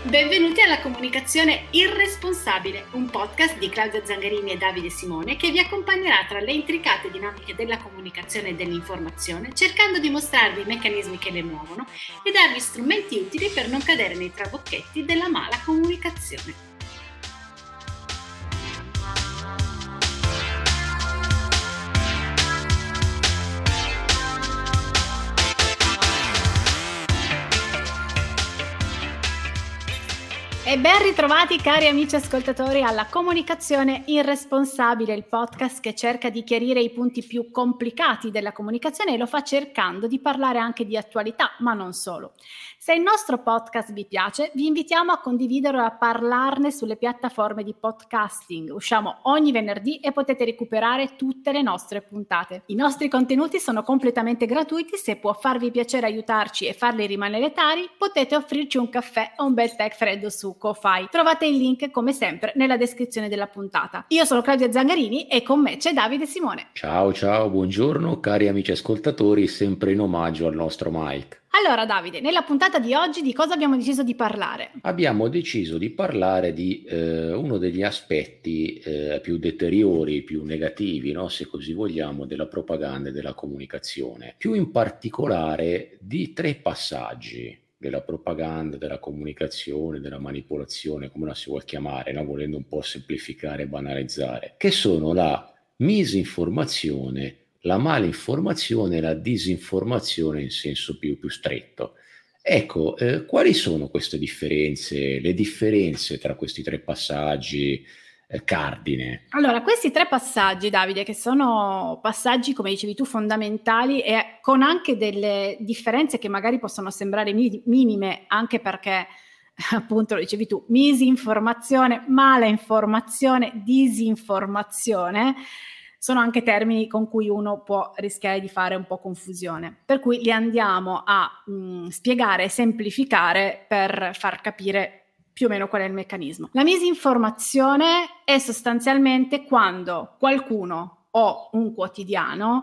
Benvenuti alla Comunicazione Irresponsabile, un podcast di Claudia Zangarini e Davide Simone che vi accompagnerà tra le intricate dinamiche della comunicazione e dell'informazione, cercando di mostrarvi i meccanismi che le muovono e darvi strumenti utili per non cadere nei trabocchetti della mala comunicazione. E ben ritrovati cari amici ascoltatori alla Comunicazione Irresponsabile, il podcast che cerca di chiarire i punti più complicati della comunicazione e lo fa cercando di parlare anche di attualità, ma non solo. Se il nostro podcast vi piace, vi invitiamo a condividerlo e a parlarne sulle piattaforme di podcasting. Usciamo ogni venerdì e potete recuperare tutte le nostre puntate. I nostri contenuti sono completamente gratuiti, se può farvi piacere aiutarci e farli rimanere tali, potete offrirci un caffè o un bel tè freddo su Ko-Fi. Trovate il link come sempre nella descrizione della puntata. Io sono Claudia Zangarini e con me c'è Davide Simone. Ciao, buongiorno cari amici ascoltatori, sempre in omaggio al nostro Mike. Allora Davide, nella puntata di oggi di cosa abbiamo deciso di parlare? Abbiamo deciso di parlare di uno degli aspetti più deteriori, più negativi, no? Se così vogliamo, della propaganda e della comunicazione. Più in particolare di 3 passaggi della propaganda, della comunicazione, della manipolazione, come la si vuol chiamare, no? Volendo un po' semplificare e banalizzare, che sono la misinformazione, la malinformazione e la disinformazione in senso più stretto. Ecco, quali sono queste differenze, le differenze tra questi 3 passaggi cardine? Allora, questi 3 passaggi, Davide, che sono passaggi, come dicevi tu, fondamentali e con anche delle differenze che magari possono sembrare minime, anche perché, appunto, lo dicevi tu, misinformazione, mala informazione, disinformazione, sono anche termini con cui uno può rischiare di fare un po' confusione. Per cui li andiamo a spiegare e semplificare per far capire più o meno qual è il meccanismo. La misinformazione è sostanzialmente quando qualcuno o un quotidiano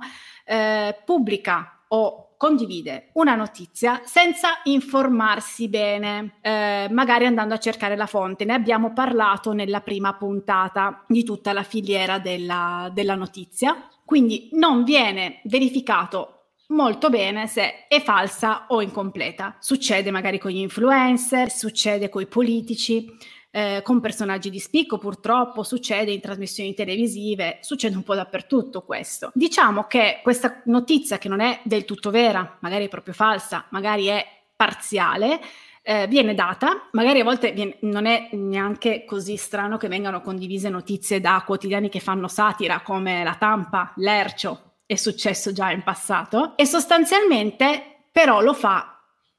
pubblica o condivide una notizia senza informarsi bene, magari andando a cercare la fonte. Ne abbiamo parlato nella prima puntata di tutta la filiera della notizia, quindi non viene verificato molto bene se è falsa o incompleta. Succede magari con gli influencer, succede con i politici, con personaggi di spicco, purtroppo succede in trasmissioni televisive, succede un po' dappertutto questo. Diciamo che questa notizia, che non è del tutto vera, magari è proprio falsa, magari è parziale, viene data, magari a volte non è neanche così strano che vengano condivise notizie da quotidiani che fanno satira come La Tampa, L'Ercio, è successo già in passato, e sostanzialmente però lo fa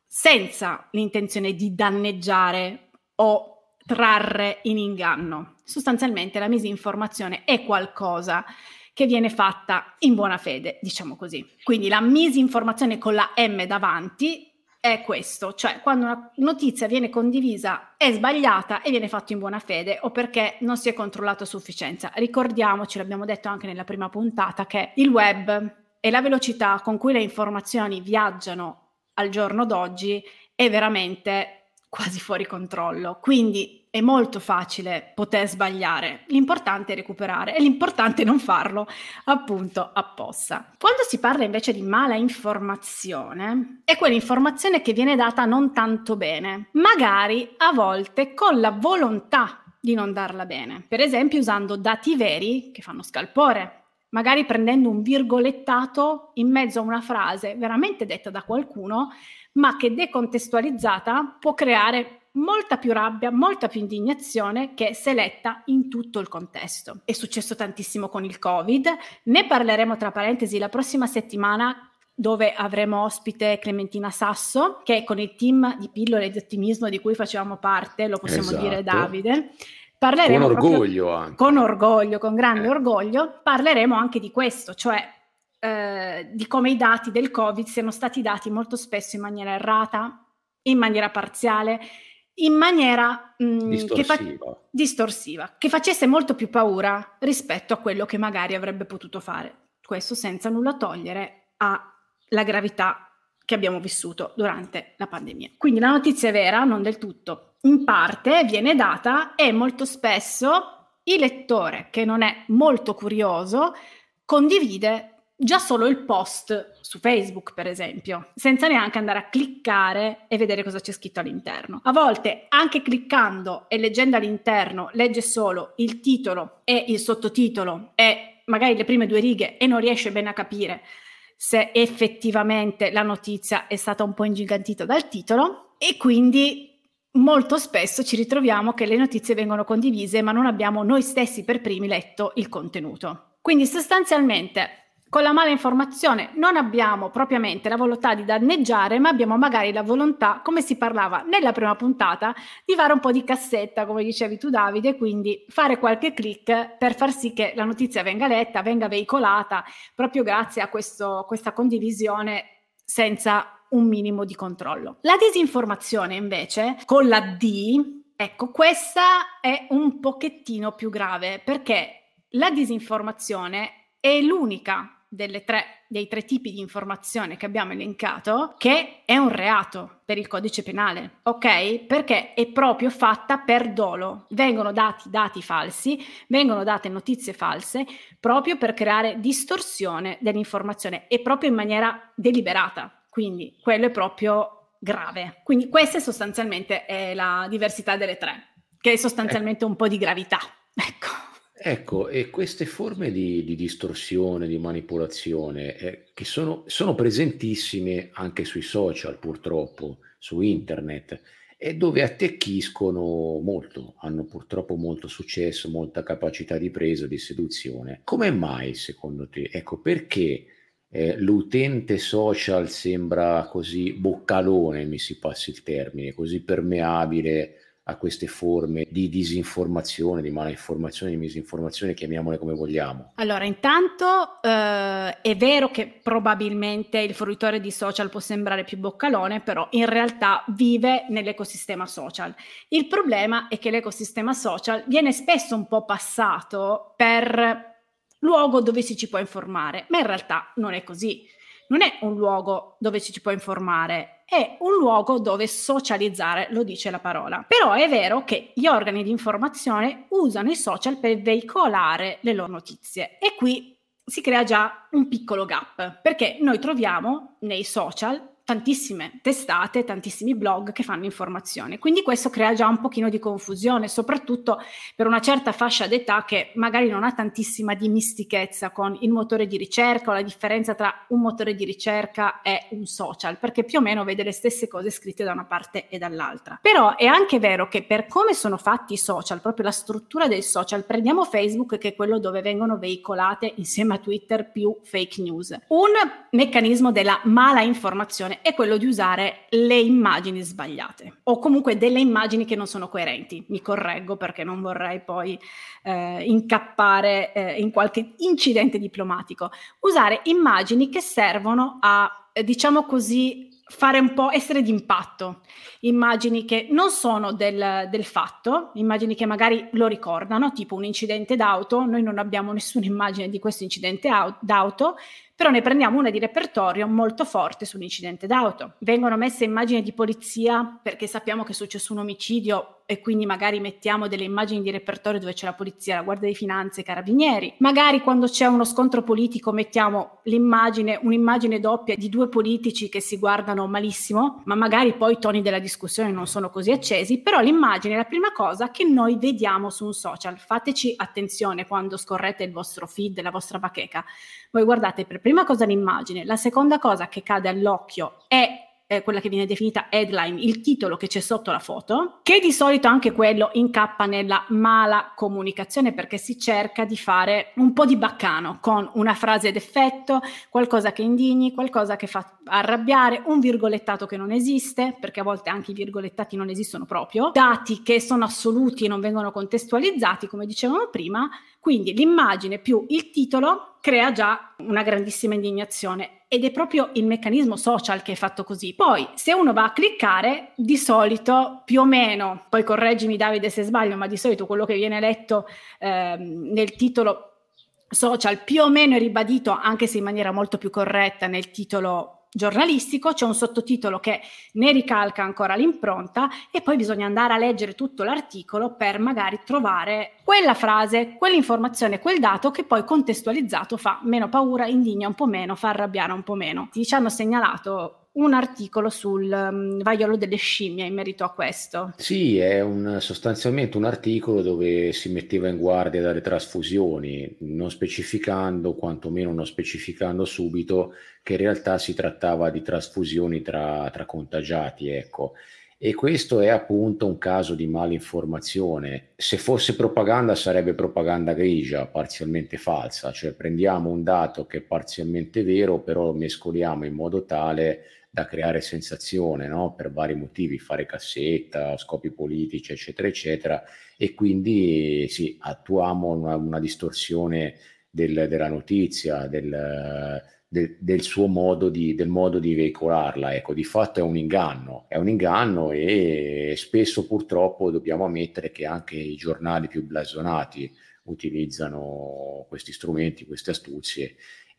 senza l'intenzione di danneggiare o trarre in inganno. Sostanzialmente la misinformazione è qualcosa che viene fatta in buona fede, diciamo così. Quindi la misinformazione con la M davanti è questo, cioè quando una notizia viene condivisa è sbagliata e viene fatto in buona fede o perché non si è controllato a sufficienza. Ricordiamoci, l'abbiamo detto anche nella prima puntata, che il web e la velocità con cui le informazioni viaggiano al giorno d'oggi è veramente quasi fuori controllo, quindi è molto facile poter sbagliare, l'importante è recuperare e l'importante è non farlo appunto apposta. Quando si parla invece di mala informazione, è quell'informazione che viene data non tanto bene, magari a volte con la volontà di non darla bene, per esempio usando dati veri che fanno scalpore, magari prendendo un virgolettato in mezzo a una frase veramente detta da qualcuno, ma che decontestualizzata può creare molta più rabbia, molta più indignazione che se letta in tutto il contesto. È successo tantissimo con il Covid, ne parleremo tra parentesi la prossima settimana, dove avremo ospite Clementina Sasso, che con il team di Pillole di Ottimismo di cui facevamo parte, lo possiamo dire Davide, parleremo con orgoglio anche. Con orgoglio, con grande orgoglio, parleremo anche di questo, cioè di come i dati del Covid siano stati dati molto spesso in maniera errata, in maniera parziale, in maniera distorsiva, che facesse molto più paura rispetto a quello che magari avrebbe potuto fare. Questo senza nulla togliere alla gravità che abbiamo vissuto durante la pandemia. Quindi la notizia è vera, non del tutto. in parte viene data e molto spesso il lettore, che non è molto curioso, condivide già solo il post su Facebook, per esempio, senza neanche andare a cliccare e vedere cosa c'è scritto all'interno. A volte, anche cliccando e leggendo all'interno, legge solo il titolo e il sottotitolo e magari le prime 2 righe e non riesce bene a capire se effettivamente la notizia è stata un po' ingigantita dal titolo, e quindi molto spesso ci ritroviamo che le notizie vengono condivise ma non abbiamo noi stessi per primi letto il contenuto. Quindi sostanzialmente con la mala informazione non abbiamo propriamente la volontà di danneggiare, ma abbiamo magari la volontà, come si parlava nella prima puntata, di fare un po' di cassetta, come dicevi tu Davide, quindi fare qualche click per far sì che la notizia venga letta, venga veicolata, proprio grazie a questa condivisione senza un minimo di controllo. La disinformazione invece, con la D, ecco, questa è un pochettino più grave, perché la disinformazione è l'unica dei tre tipi di informazione che abbiamo elencato che è un reato per il codice penale, ok? Perché è proprio fatta per dolo. Vengono dati falsi, vengono date notizie false proprio per creare distorsione dell'informazione e proprio in maniera deliberata. Quindi quello è proprio grave. Quindi questa sostanzialmente è la diversità delle tre, che è sostanzialmente un po' di gravità. Ecco. Ecco, e queste forme di distorsione, di manipolazione, che sono presentissime anche sui social, purtroppo, su internet, e dove attecchiscono molto, hanno purtroppo molto successo, molta capacità di presa, di seduzione. Come mai, secondo te? Ecco, perché l'utente social sembra così boccalone, mi si passi il termine, così permeabile a queste forme di disinformazione, di malinformazione, di misinformazione, chiamiamole come vogliamo? Allora, intanto è vero che probabilmente il fruitore di social può sembrare più boccalone, però in realtà vive nell'ecosistema social. Il problema è che l'ecosistema social viene spesso un po' passato per luogo dove ci può informare, ma in realtà non è così. Non è un luogo dove ci può informare, è un luogo dove socializzare, lo dice la parola. Però è vero che gli organi di informazione usano i social per veicolare le loro notizie, e qui si crea già un piccolo gap, perché noi troviamo nei social tantissime testate, tantissimi blog che fanno informazione, quindi questo crea già un pochino di confusione, soprattutto per una certa fascia d'età che magari non ha tantissima dimistichezza con il motore di ricerca o la differenza tra un motore di ricerca e un social, perché più o meno vede le stesse cose scritte da una parte e dall'altra. Però è anche vero che per come sono fatti i social, proprio la struttura del social, prendiamo Facebook, che è quello dove vengono veicolate insieme a Twitter più fake news. Un meccanismo della mala informazione è quello di usare le immagini sbagliate o comunque delle immagini che non sono coerenti. Mi correggo perché non vorrei poi incappare in qualche incidente diplomatico. Usare immagini che servono a, diciamo così, fare un po' essere d'impatto, immagini che non sono del fatto, immagini che magari lo ricordano, tipo un incidente d'auto. Noi non abbiamo nessuna immagine di questo incidente d'auto, però ne prendiamo una di repertorio molto forte sull'incidente d'auto. Vengono messe immagini di polizia perché sappiamo che è successo un omicidio e quindi magari mettiamo delle immagini di repertorio dove c'è la polizia, la Guardia di Finanza, i carabinieri. Magari quando c'è uno scontro politico mettiamo un'immagine doppia di 2 politici che si guardano malissimo, ma magari poi i toni della discussione non sono così accesi, però l'immagine è la prima cosa che noi vediamo su un social. Fateci attenzione quando scorrete il vostro feed, la vostra bacheca. Voi guardate per prima cosa l'immagine, la seconda cosa che cade all'occhio è quella che viene definita headline, il titolo che c'è sotto la foto, che di solito anche quello incappa nella mala comunicazione, perché si cerca di fare un po' di baccano con una frase d'effetto, qualcosa che indigni, qualcosa che fa arrabbiare, un virgolettato che non esiste, perché a volte anche i virgolettati non esistono proprio, dati che sono assoluti e non vengono contestualizzati, come dicevamo prima. Quindi l'immagine più il titolo crea già una grandissima indignazione, ed è proprio il meccanismo social che è fatto così. Poi se uno va a cliccare, di solito più o meno, poi correggimi Davide se sbaglio, ma di solito quello che viene letto nel titolo social più o meno è ribadito, anche se in maniera molto più corretta, nel titolo giornalistico, c'è un sottotitolo che ne ricalca ancora l'impronta e poi bisogna andare a leggere tutto l'articolo per magari trovare quella frase, quell'informazione, quel dato che poi contestualizzato fa meno paura, indigna un po' meno, fa arrabbiare un po' meno. Ci hanno segnalato un articolo sul vaiolo delle scimmie in merito a questo. Sì, è sostanzialmente un articolo dove si metteva in guardia dalle trasfusioni, non specificando, quantomeno non specificando subito, che in realtà si trattava di trasfusioni tra contagiati, ecco. E questo è appunto un caso di malinformazione. Se fosse propaganda sarebbe propaganda grigia, parzialmente falsa, cioè prendiamo un dato che è parzialmente vero, però lo mescoliamo in modo tale da creare sensazione, no? Per vari motivi, fare cassetta, scopi politici, eccetera, eccetera, e quindi sì, attuiamo una distorsione della notizia, del suo modo del modo di veicolarla. Ecco, di fatto è un inganno e spesso purtroppo dobbiamo ammettere che anche i giornali più blasonati utilizzano questi strumenti, queste astuzie,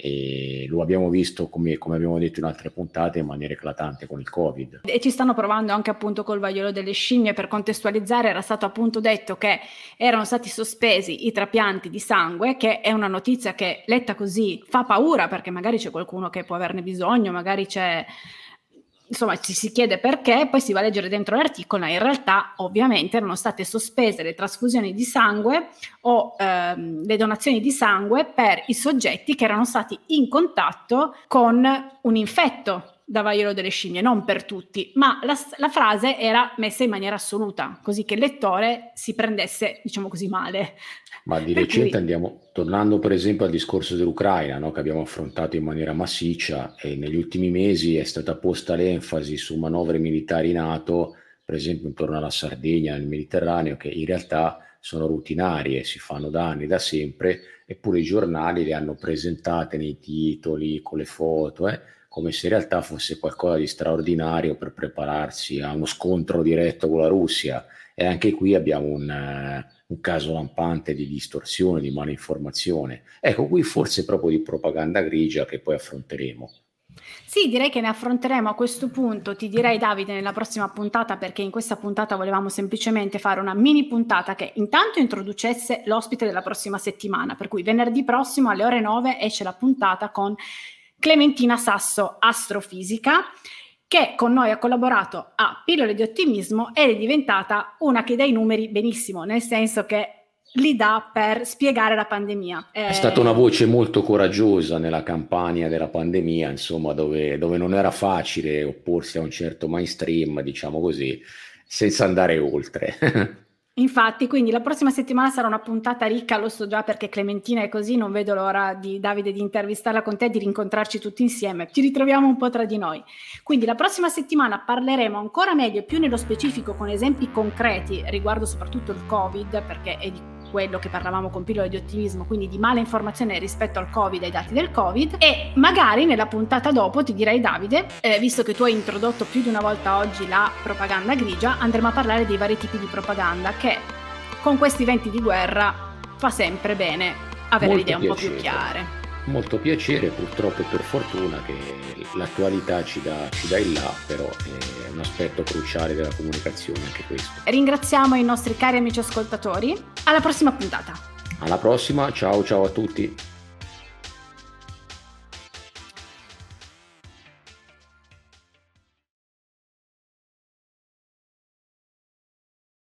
e lo abbiamo visto, come abbiamo detto in altre puntate, in maniera eclatante con il Covid. E ci stanno provando anche appunto col vaiolo delle scimmie. Per contestualizzare, era stato appunto detto che erano stati sospesi i trapianti di sangue, che è una notizia che letta così fa paura, perché magari c'è qualcuno che può averne bisogno, magari c'è... Insomma, ci si chiede perché, poi si va a leggere dentro l'articolo, e in realtà ovviamente erano state sospese le trasfusioni di sangue o le donazioni di sangue per i soggetti che erano stati in contatto con un infetto da vaiolo delle scimmie, non per tutti, ma la frase era messa in maniera assoluta, così che il lettore si prendesse, diciamo così, male. Ma di recente tornando per esempio al discorso dell'Ucraina, no, che abbiamo affrontato in maniera massiccia, e negli ultimi mesi è stata posta l'enfasi su manovre militari NATO, per esempio intorno alla Sardegna, nel Mediterraneo, che in realtà sono rutinarie, si fanno da anni, da sempre, eppure i giornali le hanno presentate nei titoli, con le foto, come se in realtà fosse qualcosa di straordinario per prepararsi a uno scontro diretto con la Russia. E anche qui abbiamo un caso lampante di distorsione, di malinformazione. Ecco, qui forse proprio di propaganda grigia, che poi affronteremo. Sì, direi che ne affronteremo a questo punto, ti direi Davide, nella prossima puntata, perché in questa puntata volevamo semplicemente fare una mini puntata che intanto introducesse l'ospite della prossima settimana, per cui venerdì prossimo alle ore 9 esce la puntata con Clementina Sasso, astrofisica, che con noi ha collaborato a Pillole di Ottimismo ed è diventata una che dà i numeri benissimo, nel senso che li dà per spiegare la pandemia. È stata una voce molto coraggiosa nella campagna della pandemia, insomma, dove non era facile opporsi a un certo mainstream, diciamo così, senza andare oltre. Infatti, quindi la prossima settimana sarà una puntata ricca, lo so già, perché Clementina è così, non vedo l'ora di Davide di intervistarla con te, di rincontrarci tutti insieme, ci ritroviamo un po' tra di noi. Quindi la prossima settimana parleremo ancora meglio e più nello specifico, con esempi concreti riguardo soprattutto il Covid, perché è di quello che parlavamo con Pillole di Ottimismo, quindi di mala informazione rispetto al Covid, ai dati del Covid, e magari nella puntata dopo ti direi Davide, visto che tu hai introdotto più di una volta oggi la propaganda grigia, andremo a parlare dei vari tipi di propaganda che con questi venti di guerra fa sempre bene avere le idee un po' più chiare. Molto piacere, purtroppo e per fortuna che l'attualità ci dà il là, però è un aspetto cruciale della comunicazione anche questo. Ringraziamo i nostri cari amici ascoltatori, alla prossima puntata. Alla prossima, ciao a tutti.